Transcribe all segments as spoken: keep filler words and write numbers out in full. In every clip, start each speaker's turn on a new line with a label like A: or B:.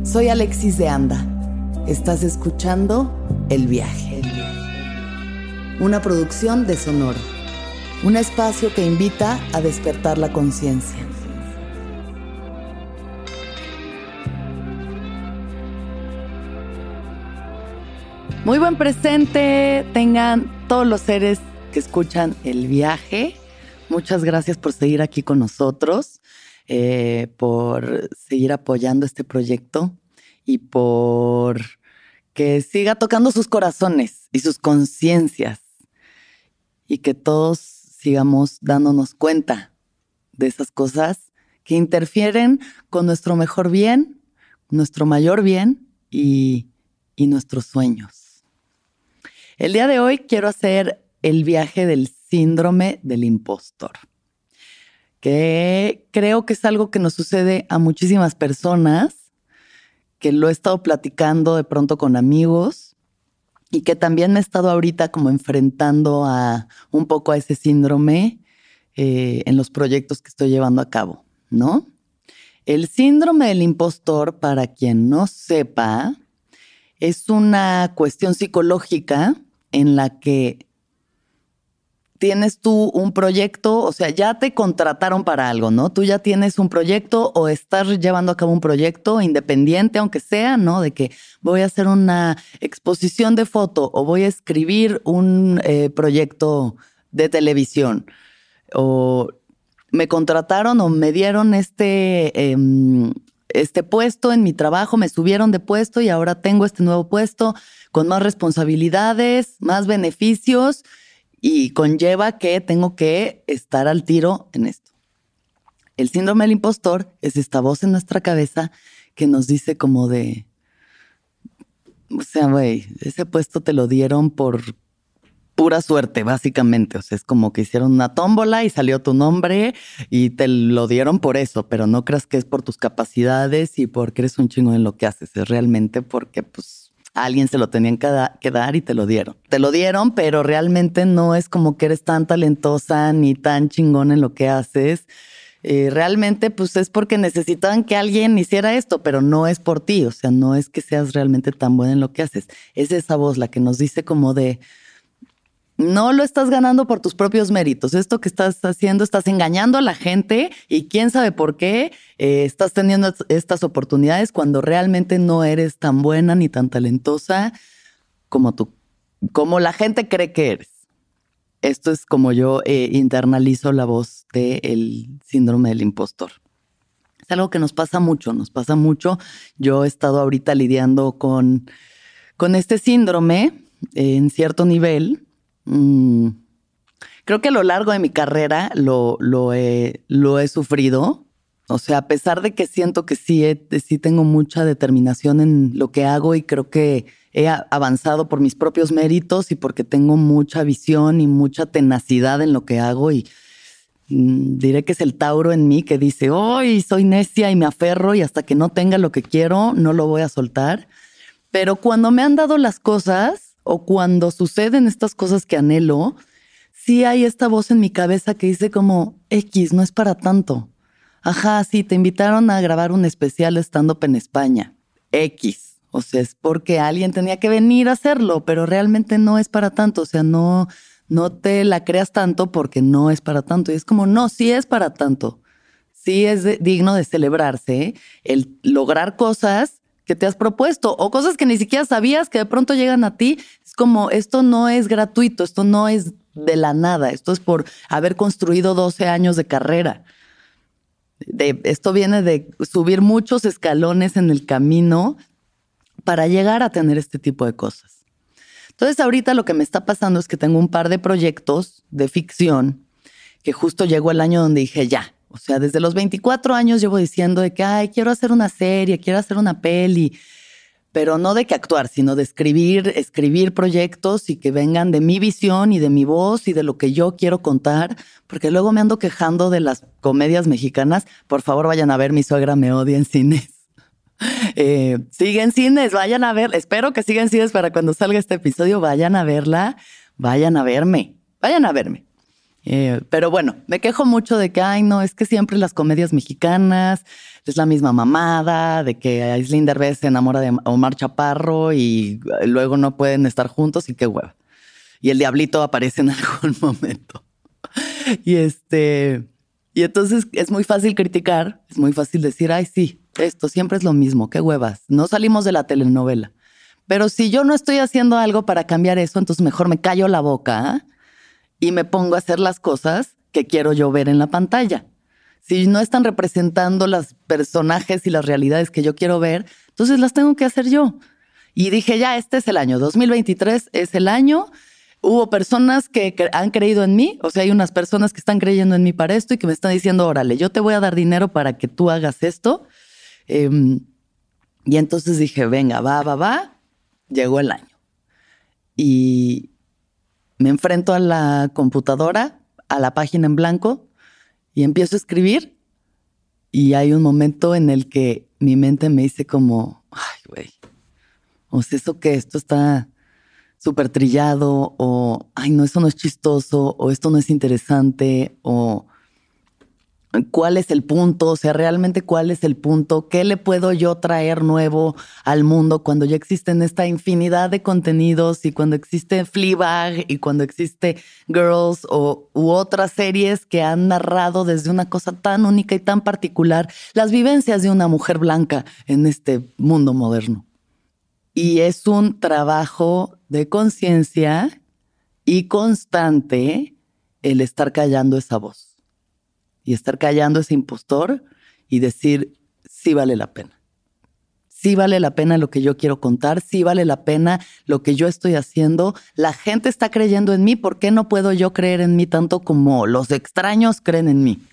A: Soy Alexis de Anda. Estás escuchando El Viaje. Una producción de Sonoro. Un espacio que invita a despertar la conciencia. Muy buen presente tengan todos los seres que escuchan El Viaje. Muchas gracias por seguir aquí con nosotros, eh, por seguir apoyando este proyecto y por que siga tocando sus corazones y sus conciencias y que todos sigamos dándonos cuenta de esas cosas que interfieren con nuestro mejor bien, nuestro mayor bien y, y nuestros sueños. El día de hoy quiero hacer el viaje del síndrome del impostor, que creo que es algo que nos sucede a muchísimas personas, que lo he estado platicando de pronto con amigos y que también me he estado ahorita como enfrentando a un poco a ese síndrome eh, en los proyectos que estoy llevando a cabo, ¿no? El síndrome del impostor, para quien no sepa, es una cuestión psicológica en la que tienes tú un proyecto, o sea, ya te contrataron para algo, ¿no? Tú ya tienes un proyecto o estás llevando a cabo un proyecto independiente, aunque sea, ¿no? De que voy a hacer una exposición de foto o voy a escribir un eh, proyecto de televisión o me contrataron o me dieron este, eh, este puesto en mi trabajo, me subieron de puesto y ahora tengo este nuevo puesto con más responsabilidades, más beneficios. Y conlleva que tengo que estar al tiro en esto. El síndrome del impostor es esta voz en nuestra cabeza que nos dice como de, o sea, güey, ese puesto te lo dieron por pura suerte, básicamente. O sea, es como que hicieron una tómbola y salió tu nombre y te lo dieron por eso, pero no creas que es por tus capacidades y porque eres un chingo en lo que haces. Es realmente porque, pues, a alguien se lo tenían que, da- que dar y te lo dieron. Te lo dieron, pero realmente no es como que eres tan talentosa ni tan chingón en lo que haces. Eh, realmente pues es porque necesitaban que alguien hiciera esto, pero no es por ti. O sea, no es que seas realmente tan buena en lo que haces. Es esa voz la que nos dice como de, no lo estás ganando por tus propios méritos. Esto que estás haciendo, estás engañando a la gente y quién sabe por qué eh, estás teniendo estas oportunidades cuando realmente no eres tan buena ni tan talentosa como tú, como la gente cree que eres. Esto es como yo eh, internalizo la voz del síndrome del impostor. Es algo que nos pasa mucho, nos pasa mucho. Yo he estado ahorita lidiando con, con este síndrome eh, en cierto nivel. Mm, creo que a lo largo de mi carrera lo, lo, he, lo he sufrido. O sea, a pesar de que siento que sí, he, sí tengo mucha determinación en lo que hago y creo que he avanzado por mis propios méritos y porque tengo mucha visión y mucha tenacidad en lo que hago y mm, diré que es el Tauro en mí que dice, ¡ay, soy necia y me aferro y hasta que no tenga lo que quiero no lo voy a soltar! Pero cuando me han dado las cosas o cuando suceden estas cosas que anhelo, sí hay esta voz en mi cabeza que dice como, X, no es para tanto. Ajá, sí, te invitaron a grabar un especial stand-up en España. X, o sea, es porque alguien tenía que venir a hacerlo, pero realmente no es para tanto. O sea, no, no te la creas tanto porque no es para tanto. Y es como, no, sí es para tanto. Sí es de, digno de celebrarse, ¿eh? El lograr cosas que te has propuesto o cosas que ni siquiera sabías que de pronto llegan a ti. Es como, esto no es gratuito, esto no es de la nada, esto es por haber construido doce años de carrera. De, esto viene de subir muchos escalones en el camino para llegar a tener este tipo de cosas. Entonces ahorita lo que me está pasando es que tengo un par de proyectos de ficción que justo llegó el año donde dije ya. O sea, desde los veinticuatro años llevo diciendo de que, ay, quiero hacer una serie, quiero hacer una peli, pero no de que actuar, sino de escribir, escribir proyectos y que vengan de mi visión y de mi voz y de lo que yo quiero contar, porque luego me ando quejando de las comedias mexicanas. Por favor, vayan a ver Mi suegra me odia en cines. Eh, sigue en cines, vayan a ver. Espero que sigan en cines para cuando salga este episodio, vayan a verla, vayan a verme, vayan a verme. Eh, pero bueno, me quejo mucho de que, ay, no, es que siempre las comedias mexicanas es la misma mamada, de que Aislinn Derbez se enamora de Omar Chaparro y luego no pueden estar juntos y qué hueva. Y el diablito aparece en algún momento. Y este, y entonces es muy fácil criticar, es muy fácil decir, ay, sí, esto siempre es lo mismo, qué huevas. No salimos de la telenovela. Pero si yo no estoy haciendo algo para cambiar eso, entonces mejor me callo la boca, ¿eh? Y me pongo a hacer las cosas que quiero yo ver en la pantalla. Si no están representando los personajes y las realidades que yo quiero ver, entonces las tengo que hacer yo. Y dije, ya, este es el año, dos mil veintitrés es el año. Hubo personas que han creído en mí, o sea, hay unas personas que están creyendo en mí para esto y que me están diciendo, órale, yo te voy a dar dinero para que tú hagas esto. Eh, y entonces dije, venga, va, va, va. Llegó el año. Y me enfrento a la computadora, a la página en blanco y empiezo a escribir. Y hay un momento en el que mi mente me dice como, ay, güey, o sea, ¿eso qué? Esto está súper trillado, o, ay, no, eso no es chistoso, o esto no es interesante, o ¿cuál es el punto? O sea, realmente ¿cuál es el punto? ¿Qué le puedo yo traer nuevo al mundo cuando ya existen esta infinidad de contenidos y cuando existe Fleabag y cuando existe Girls o, u otras series que han narrado desde una cosa tan única y tan particular las vivencias de una mujer blanca en este mundo moderno? Y es un trabajo de conciencia y constante el estar callando esa voz. Y estar callando ese impostor y decir, sí vale la pena. Sí vale la pena lo que yo quiero contar, sí vale la pena lo que yo estoy haciendo. La gente está creyendo en mí, ¿por qué no puedo yo creer en mí tanto como los extraños creen en mí?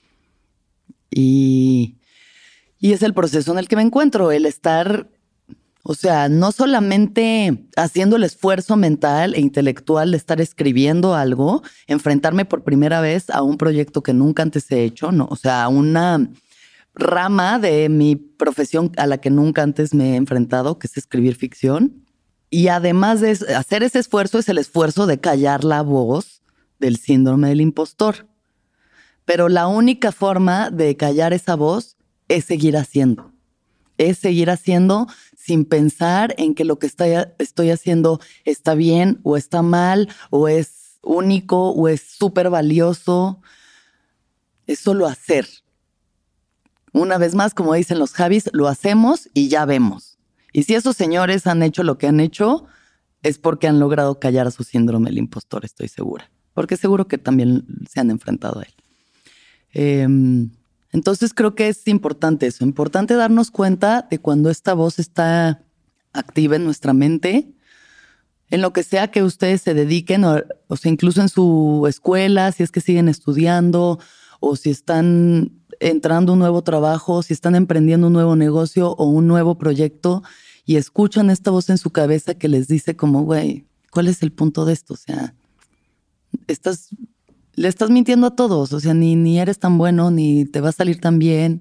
A: Y, y es el proceso en el que me encuentro, el estar, o sea, no solamente haciendo el esfuerzo mental e intelectual de estar escribiendo algo, enfrentarme por primera vez a un proyecto que nunca antes he hecho, ¿no? O sea, una rama de mi profesión a la que nunca antes me he enfrentado, que es escribir ficción. Y además de hacer ese esfuerzo, es el esfuerzo de callar la voz del síndrome del impostor. Pero la única forma de callar esa voz es seguir haciendo. Es seguir haciendo sin pensar en que lo que está, estoy haciendo está bien o está mal o es único o es súper valioso. Es solo hacer. Una vez más, como dicen los Javis, lo hacemos y ya vemos. Y si esos señores han hecho lo que han hecho, es porque han logrado callar a su síndrome del impostor, estoy segura. Porque seguro que también se han enfrentado a él. Eh, Entonces creo que es importante eso, importante darnos cuenta de cuando esta voz está activa en nuestra mente, en lo que sea que ustedes se dediquen, o, o sea, incluso en su escuela, si es que siguen estudiando, o si están entrando a un nuevo trabajo, si están emprendiendo un nuevo negocio o un nuevo proyecto y escuchan esta voz en su cabeza que les dice como, güey, ¿cuál es el punto de esto? O sea, estás... le estás mintiendo a todos, o sea, ni, ni eres tan bueno, ni te va a salir tan bien.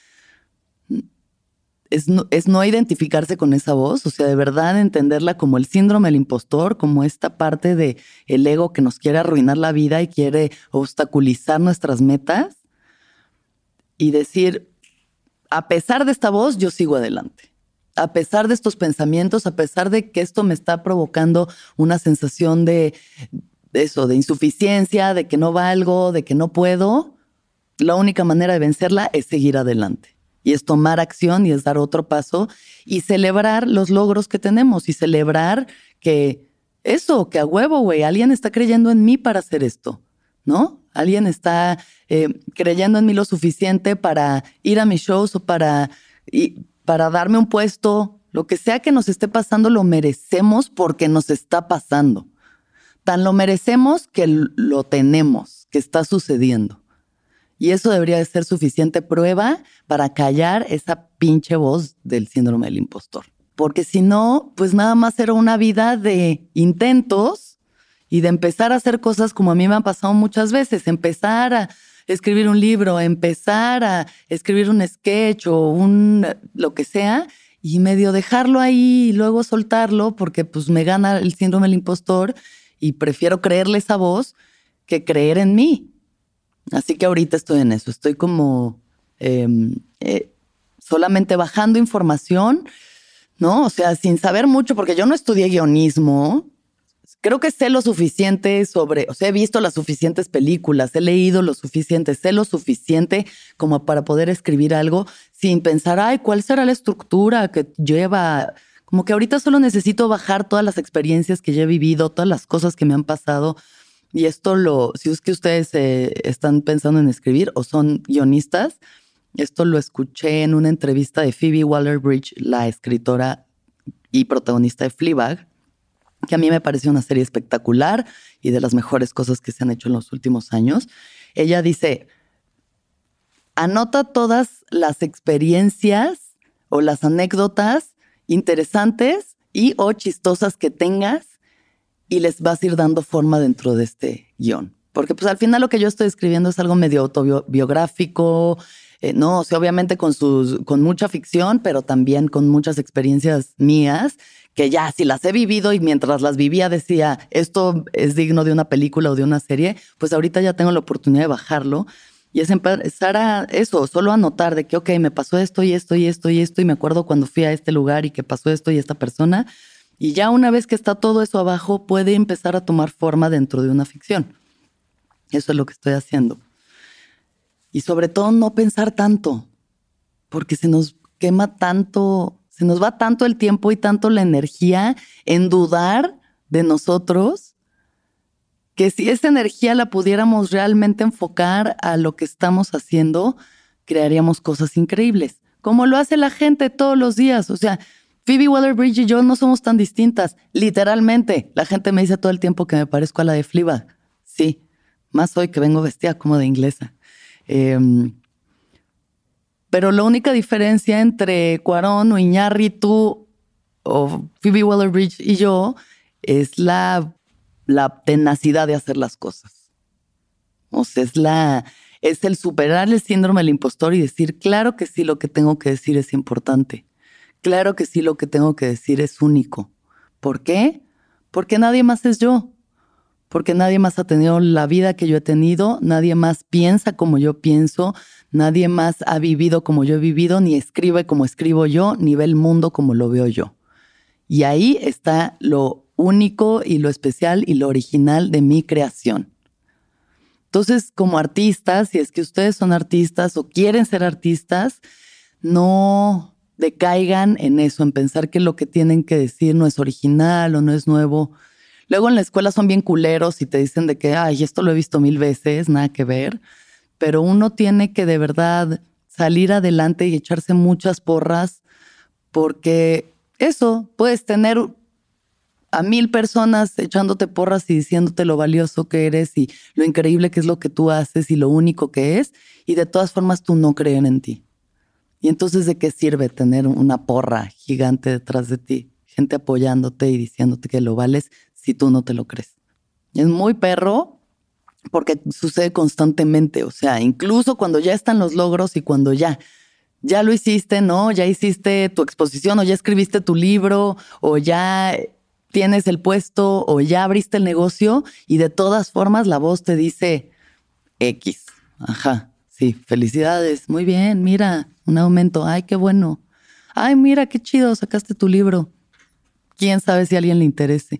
A: Es no, es no identificarse con esa voz, o sea, de verdad entenderla como el síndrome del impostor, como esta parte de el ego que nos quiere arruinar la vida y quiere obstaculizar nuestras metas. Y decir, a pesar de esta voz, yo sigo adelante. A pesar de estos pensamientos, a pesar de que esto me está provocando una sensación de... eso, de insuficiencia, de que no valgo, de que no puedo, la única manera de vencerla es seguir adelante. Y es tomar acción y es dar otro paso y celebrar los logros que tenemos y celebrar que eso, que a huevo, güey, alguien está creyendo en mí para hacer esto, ¿no? Alguien está eh, creyendo en mí lo suficiente para ir a mis shows o para, y, para darme un puesto. Lo que sea que nos esté pasando lo merecemos porque nos está pasando. Tan lo merecemos que lo tenemos, que está sucediendo. Y eso debería de ser suficiente prueba para callar esa pinche voz del síndrome del impostor. Porque si no, pues nada más era una vida de intentos y de empezar a hacer cosas como a mí me han pasado muchas veces. Empezar a escribir un libro, empezar a escribir un sketch o un lo que sea y medio dejarlo ahí y luego soltarlo porque pues me gana el síndrome del impostor y prefiero creerle esa voz que creer en mí. Así que ahorita estoy en eso. Estoy como eh, eh, solamente bajando información, ¿no? O sea, sin saber mucho, porque yo no estudié guionismo. Creo que sé lo suficiente sobre, o sea, he visto las suficientes películas, he leído lo suficiente, sé lo suficiente como para poder escribir algo sin pensar, ay, ¿cuál será la estructura que lleva? Como que ahorita solo necesito bajar todas las experiencias que ya he vivido, todas las cosas que me han pasado. Y esto lo, si es que ustedes eh, están pensando en escribir o son guionistas, esto lo escuché en una entrevista de Phoebe Waller-Bridge, la escritora y protagonista de Fleabag, que a mí me pareció una serie espectacular y de las mejores cosas que se han hecho en los últimos años. Ella dice, anota todas las experiencias o las anécdotas interesantes y o chistosas que tengas y les vas a ir dando forma dentro de este guión. Porque pues al final lo que yo estoy escribiendo es algo medio autobiográfico, eh, no, o sea, obviamente con, sus, con mucha ficción, pero también con muchas experiencias mías, que ya si las he vivido y mientras las vivía decía, esto es digno de una película o de una serie, pues ahorita ya tengo la oportunidad de bajarlo y es empezar a eso, solo anotar de que, ok, me pasó esto y esto y esto y esto y me acuerdo cuando fui a este lugar y que pasó esto y esta persona. Y ya una vez que está todo eso abajo, puede empezar a tomar forma dentro de una ficción. Eso es lo que estoy haciendo. Y sobre todo no pensar tanto, porque se nos quema tanto, se nos va tanto el tiempo y tanto la energía en dudar de nosotros, que si esa energía la pudiéramos realmente enfocar a lo que estamos haciendo, crearíamos cosas increíbles, como lo hace la gente todos los días. O sea, Phoebe Waller-Bridge y yo no somos tan distintas, literalmente. La gente me dice todo el tiempo que me parezco a la de Fleabag. Sí, más hoy que vengo vestida como de inglesa. Eh, pero la única diferencia entre Cuarón o Iñárritu o Phoebe Waller-Bridge y yo es la, la tenacidad de hacer las cosas. O sea, es, la, es el superar el síndrome del impostor y decir, claro que sí, lo que tengo que decir es importante. Claro que sí, lo que tengo que decir es único. ¿Por qué? Porque nadie más es yo. Porque nadie más ha tenido la vida que yo he tenido, nadie más piensa como yo pienso, nadie más ha vivido como yo he vivido, ni escribe como escribo yo, ni ve el mundo como lo veo yo. Y ahí está lo único y lo especial y lo original de mi creación. Entonces, como artistas, si es que ustedes son artistas o quieren ser artistas, no decaigan en eso, en pensar que lo que tienen que decir no es original o no es nuevo. Luego en la escuela son bien culeros y te dicen de que, ay, esto lo he visto mil veces, nada que ver. Pero uno tiene que de verdad salir adelante y echarse muchas porras porque eso, puedes tener a mil personas echándote porras y diciéndote lo valioso que eres y lo increíble que es lo que tú haces y lo único que es, y de todas formas tú no creen en ti. Y entonces, ¿de qué sirve tener una porra gigante detrás de ti? Gente apoyándote y diciéndote que lo vales si tú no te lo crees. Es muy perro porque sucede constantemente. O sea, incluso cuando ya están los logros y cuando ya, ya lo hiciste, ¿no? Ya hiciste tu exposición o ya escribiste tu libro o ya tienes el puesto o ya abriste el negocio y de todas formas la voz te dice X. Ajá, sí, felicidades. Muy bien, mira, un aumento. Ay, qué bueno. Ay, mira, qué chido, sacaste tu libro. ¿Quién sabe si a alguien le interese?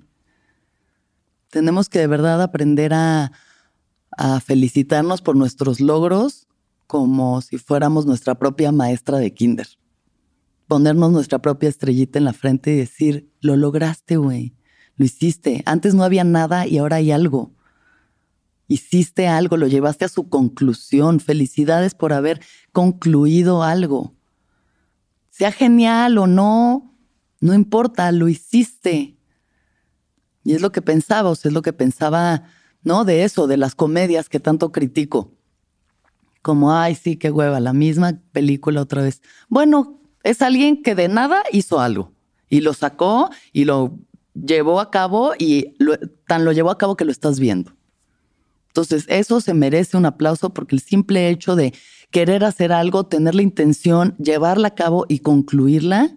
A: Tenemos que de verdad aprender a, a felicitarnos por nuestros logros como si fuéramos nuestra propia maestra de kinder. Ponernos nuestra propia estrellita en la frente y decir, lo lograste, güey. Lo hiciste. Antes no había nada y ahora hay algo. Hiciste algo, lo llevaste a su conclusión. Felicidades por haber concluido algo. Sea genial o no, no importa, lo hiciste. Y es lo que pensaba, o sea, es lo que pensaba, ¿no? De eso, de las comedias que tanto critico. Como, ay, sí, qué hueva, la misma película otra vez. Bueno, es alguien que de nada hizo algo. Y lo sacó y lo llevó a cabo y lo, tan lo llevó a cabo que lo estás viendo. Entonces, eso se merece un aplauso porque el simple hecho de querer hacer algo, tener la intención, llevarla a cabo y concluirla,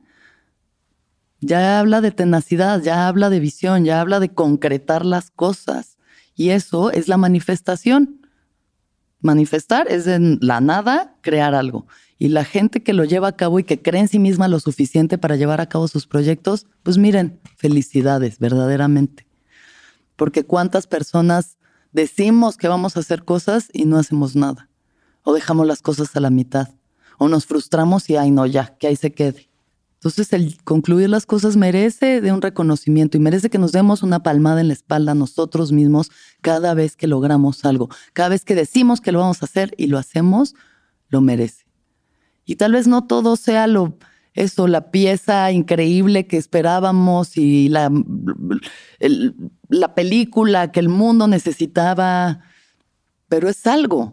A: ya habla de tenacidad, ya habla de visión, ya habla de concretar las cosas. Y eso es la manifestación. Manifestar es en la nada crear algo. Y la gente que lo lleva a cabo y que cree en sí misma lo suficiente para llevar a cabo sus proyectos, pues miren, felicidades, verdaderamente. Porque cuántas personas decimos que vamos a hacer cosas y no hacemos nada. O dejamos las cosas a la mitad. O nos frustramos y, ay, no, ya, que ahí se quede. Entonces, el concluir las cosas merece de un reconocimiento y merece que nos demos una palmada en la espalda a nosotros mismos cada vez que logramos algo. Cada vez que decimos que lo vamos a hacer y lo hacemos, lo merece. Y tal vez no todo sea lo, eso, la pieza increíble que esperábamos y la, el, la película que el mundo necesitaba, pero es algo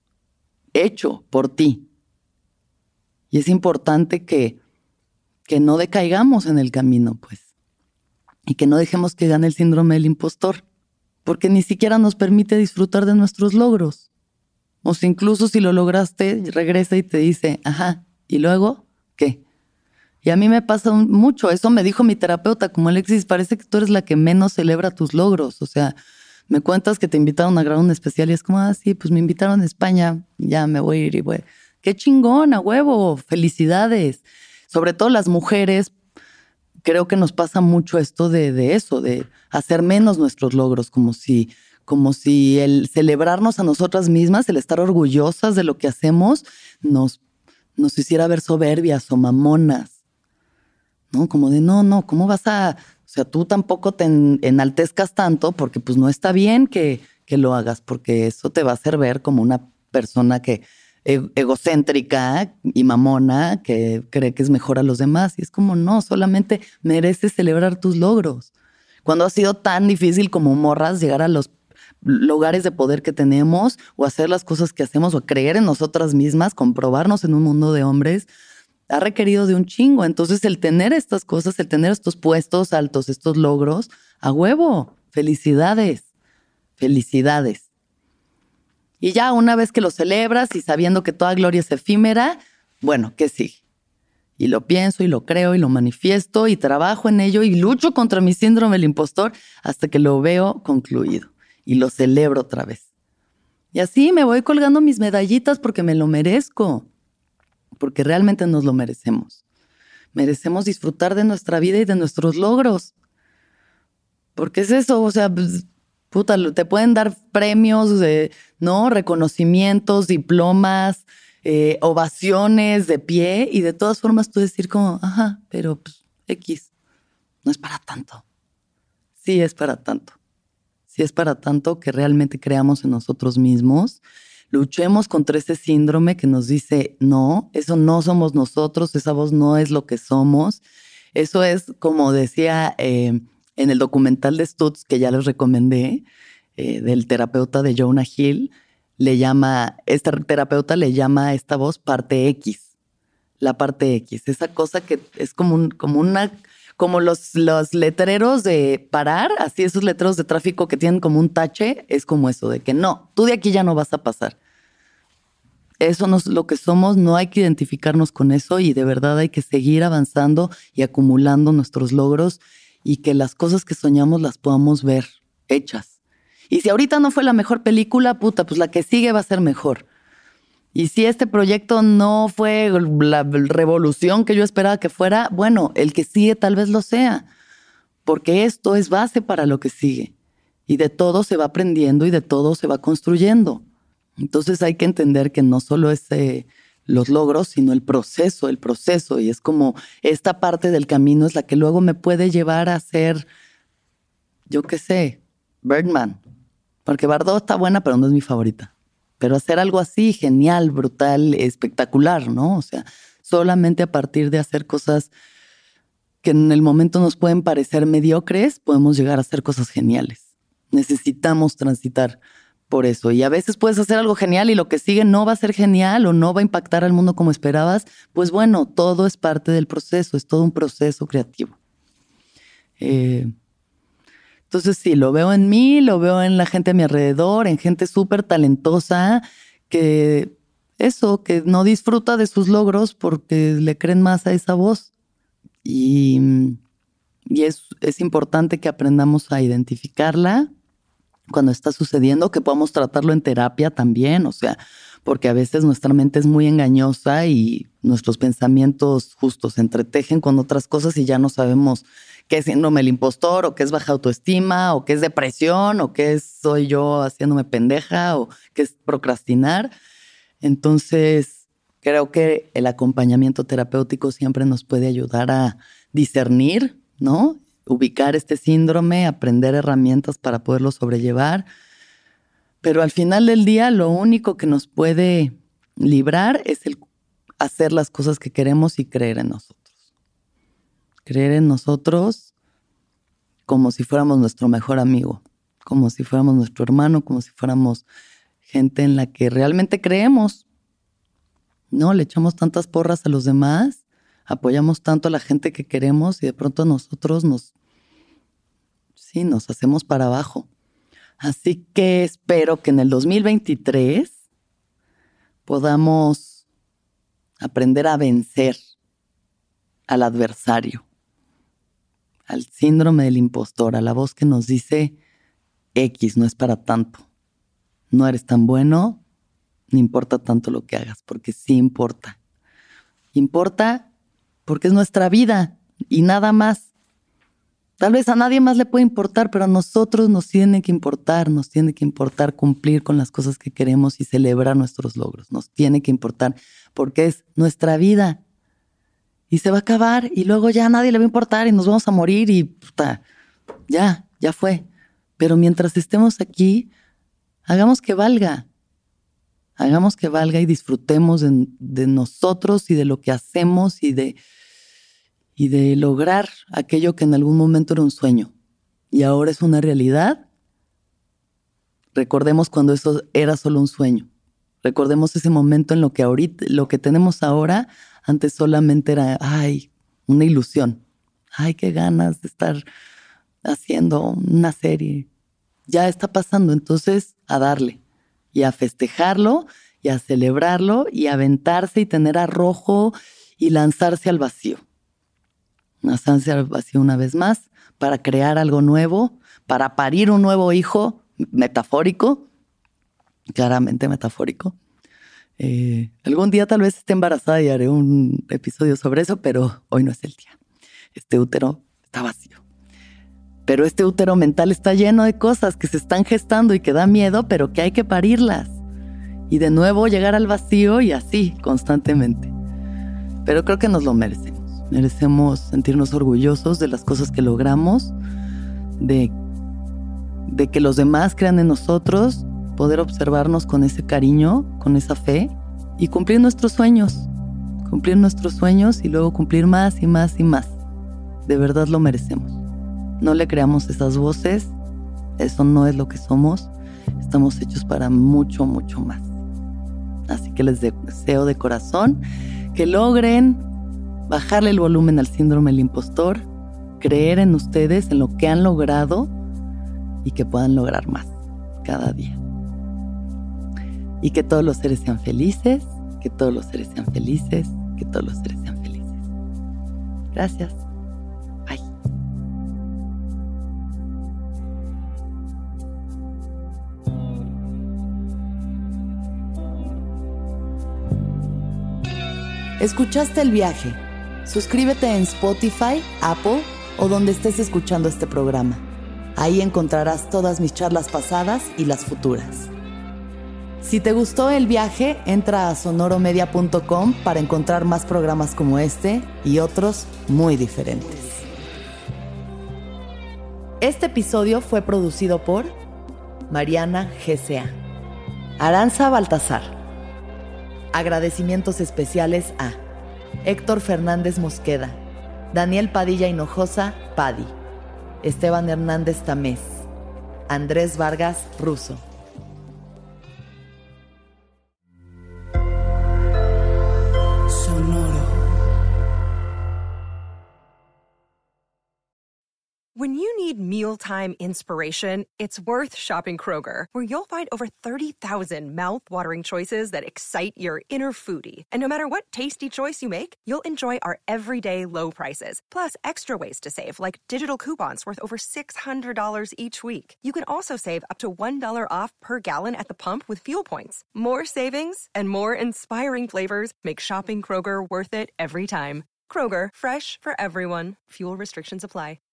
A: hecho por ti. Y es importante que que no decaigamos en el camino, pues. Y que no dejemos que gane el síndrome del impostor, porque ni siquiera nos permite disfrutar de nuestros logros. O si incluso si lo lograste, regresa y te dice, ajá, ¿y luego qué? Y a mí me pasa un, mucho, eso me dijo mi terapeuta, como Alexis, parece que tú eres la que menos celebra tus logros. O sea, me cuentas que te invitaron a grabar un especial y es como, ah, sí, pues me invitaron a España, ya me voy a ir y voy. ¡Qué chingón, a huevo! ¡Felicidades! Sobre todo las mujeres, creo que nos pasa mucho esto de, de eso, de hacer menos nuestros logros, como si, como si el celebrarnos a nosotras mismas, el estar orgullosas de lo que hacemos, nos, nos hiciera ver soberbias o mamonas, ¿no? Como de, no, no, ¿cómo vas a...? O sea, tú tampoco te enaltezcas tanto porque pues no está bien que, que lo hagas, porque eso te va a hacer ver como una persona que... egocéntrica y mamona que cree que es mejor a los demás. Y es como, no, solamente mereces celebrar tus logros. Cuando ha sido tan difícil como morras llegar a los lugares de poder que tenemos o hacer las cosas que hacemos o creer en nosotras mismas, comprobarnos en un mundo de hombres, ha requerido de un chingo. Entonces el tener estas cosas, el tener estos puestos altos, estos logros, a huevo, felicidades, felicidades. Y ya una vez que lo celebras y sabiendo que toda gloria es efímera, bueno, ¿qué sigue? Y lo pienso y lo creo y lo manifiesto y trabajo en ello y lucho contra mi síndrome del impostor hasta que lo veo concluido y lo celebro otra vez. Y así me voy colgando mis medallitas porque me lo merezco, porque realmente nos lo merecemos. Merecemos disfrutar de nuestra vida y de nuestros logros. Porque es eso, o sea... Pues, puta, te pueden dar premios, de, ¿no? Reconocimientos, diplomas, eh, ovaciones de pie y de todas formas tú decir como, ajá, pero pues, X, no es para tanto. Sí es para tanto. Sí es para tanto que realmente creamos en nosotros mismos. Luchemos contra ese síndrome que nos dice, no, eso no somos nosotros, esa voz no es lo que somos. Eso es, como decía... Eh, en el documental de Stutz, que ya les recomendé, eh, del terapeuta de Jonah Hill, le llama, esta terapeuta le llama a esta voz parte X, la parte X, esa cosa que es como, un, como una, como los, los letreros de parar, así esos letreros de tráfico que tienen como un tache, es como eso, de que no, tú de aquí ya no vas a pasar. Eso no es lo que somos, no hay que identificarnos con eso y de verdad hay que seguir avanzando y acumulando nuestros logros y que las cosas que soñamos las podamos ver hechas. Y si ahorita no fue la mejor película, puta, pues la que sigue va a ser mejor. Y si este proyecto no fue la revolución que yo esperaba que fuera, bueno, el que sigue tal vez lo sea, porque esto es base para lo que sigue. Y de todo se va aprendiendo y de todo se va construyendo. Entonces hay que entender que no solo es... Eh, los logros, sino el proceso, el proceso. Y es como esta parte del camino es la que luego me puede llevar a ser, yo qué sé, Birdman. Porque Bardot está buena, pero no es mi favorita. Pero hacer algo así, genial, brutal, espectacular, ¿no? O sea, solamente a partir de hacer cosas que en el momento nos pueden parecer mediocres, podemos llegar a hacer cosas geniales. Necesitamos transitar por eso. Y a veces puedes hacer algo genial y lo que sigue no va a ser genial o no va a impactar al mundo como esperabas. Pues bueno, todo es parte del proceso, es todo un proceso creativo. Eh, entonces sí, lo veo en mí, lo veo en la gente a mi alrededor, en gente súper talentosa que eso, que no disfruta de sus logros porque le creen más a esa voz. Y, y es, es importante que aprendamos a identificarla, cuando está sucediendo, que podamos tratarlo en terapia también, o sea, porque a veces nuestra mente es muy engañosa y nuestros pensamientos justo se entretejen con otras cosas y ya no sabemos qué es síndrome del impostor o qué es baja autoestima o qué es depresión o qué es soy yo haciéndome pendeja o qué es procrastinar. Entonces, creo que el acompañamiento terapéutico siempre nos puede ayudar a discernir, ¿no? Ubicar este síndrome, aprender herramientas para poderlo sobrellevar. Pero al final del día, lo único que nos puede librar es el hacer las cosas que queremos y creer en nosotros. Creer en nosotros como si fuéramos nuestro mejor amigo, como si fuéramos nuestro hermano, como si fuéramos gente en la que realmente creemos. No, le echamos tantas porras a los demás, apoyamos tanto a la gente que queremos y de pronto nosotros nos, sí, nos hacemos para abajo. Así que espero que en el dos mil veintitrés podamos aprender a vencer al adversario, al síndrome del impostor, a la voz que nos dice X, no es para tanto, no eres tan bueno, no importa tanto lo que hagas, porque sí importa. Importa porque es nuestra vida y nada más. Tal vez a nadie más le puede importar, pero a nosotros nos tiene que importar, nos tiene que importar cumplir con las cosas que queremos y celebrar nuestros logros. Nos tiene que importar porque es nuestra vida. Y se va a acabar y luego ya a nadie le va a importar y nos vamos a morir y puta, ya, ya fue. Pero mientras estemos aquí, hagamos que valga. Hagamos que valga y disfrutemos de, de nosotros y de lo que hacemos y de... y de lograr aquello que en algún momento era un sueño y ahora es una realidad. Recordemos cuando eso era solo un sueño. Recordemos ese momento en lo que ahorita, lo que tenemos ahora, antes solamente era, ay, una ilusión. Ay, qué ganas de estar haciendo una serie. Ya está pasando, entonces a darle y a festejarlo y a celebrarlo y a aventarse y tener arrojo y lanzarse al vacío. Lanzarse al vacío una vez más para crear algo nuevo, para parir un nuevo hijo metafórico, claramente metafórico. Eh, algún día tal vez esté embarazada y haré un episodio sobre eso, pero hoy no es el día. Este útero está vacío. Pero este útero mental está lleno de cosas que se están gestando y que da miedo, pero que hay que parirlas. Y de nuevo llegar al vacío y así constantemente. Pero creo que nos lo merecemos. Merecemos sentirnos orgullosos de las cosas que logramos, de, de que los demás crean en nosotros, poder observarnos con ese cariño, con esa fe y cumplir nuestros sueños. Cumplir nuestros sueños y luego cumplir más y más y más. De verdad lo merecemos. No le creamos esas voces, eso no es lo que somos. Estamos hechos para mucho, mucho más. Así que les deseo de corazón que logren bajarle el volumen al síndrome del impostor, creer en ustedes, en lo que han logrado y que puedan lograr más cada día. Y que todos los seres sean felices, que todos los seres sean felices, que todos los seres sean felices. Gracias. Bye. ¿Escuchaste El Viaje? Suscríbete en Spotify, Apple o donde estés escuchando este programa. Ahí encontrarás todas mis charlas pasadas y las futuras. Si te gustó El Viaje, entra a sonoro media punto com para encontrar más programas como este y otros muy diferentes. Este episodio fue producido por Mariana G C A, Aranza Baltasar. Agradecimientos especiales a Héctor Fernández Mosqueda, Daniel Padilla Hinojosa, Padi, Esteban Hernández Tamés, Andrés Vargas Russo.
B: Sonoro. When you need mealtime inspiration, it's worth shopping Kroger, where you'll find over thirty thousand mouth-watering choices that excite your inner foodie. And no matter what tasty choice you make, you'll enjoy our everyday low prices, plus extra ways to save, like digital coupons worth over six hundred dollars each week. You can also save up to one dollar off per gallon at the pump with fuel points. More savings and more inspiring flavors make shopping Kroger worth it every time. Kroger, fresh for everyone. Fuel restrictions apply.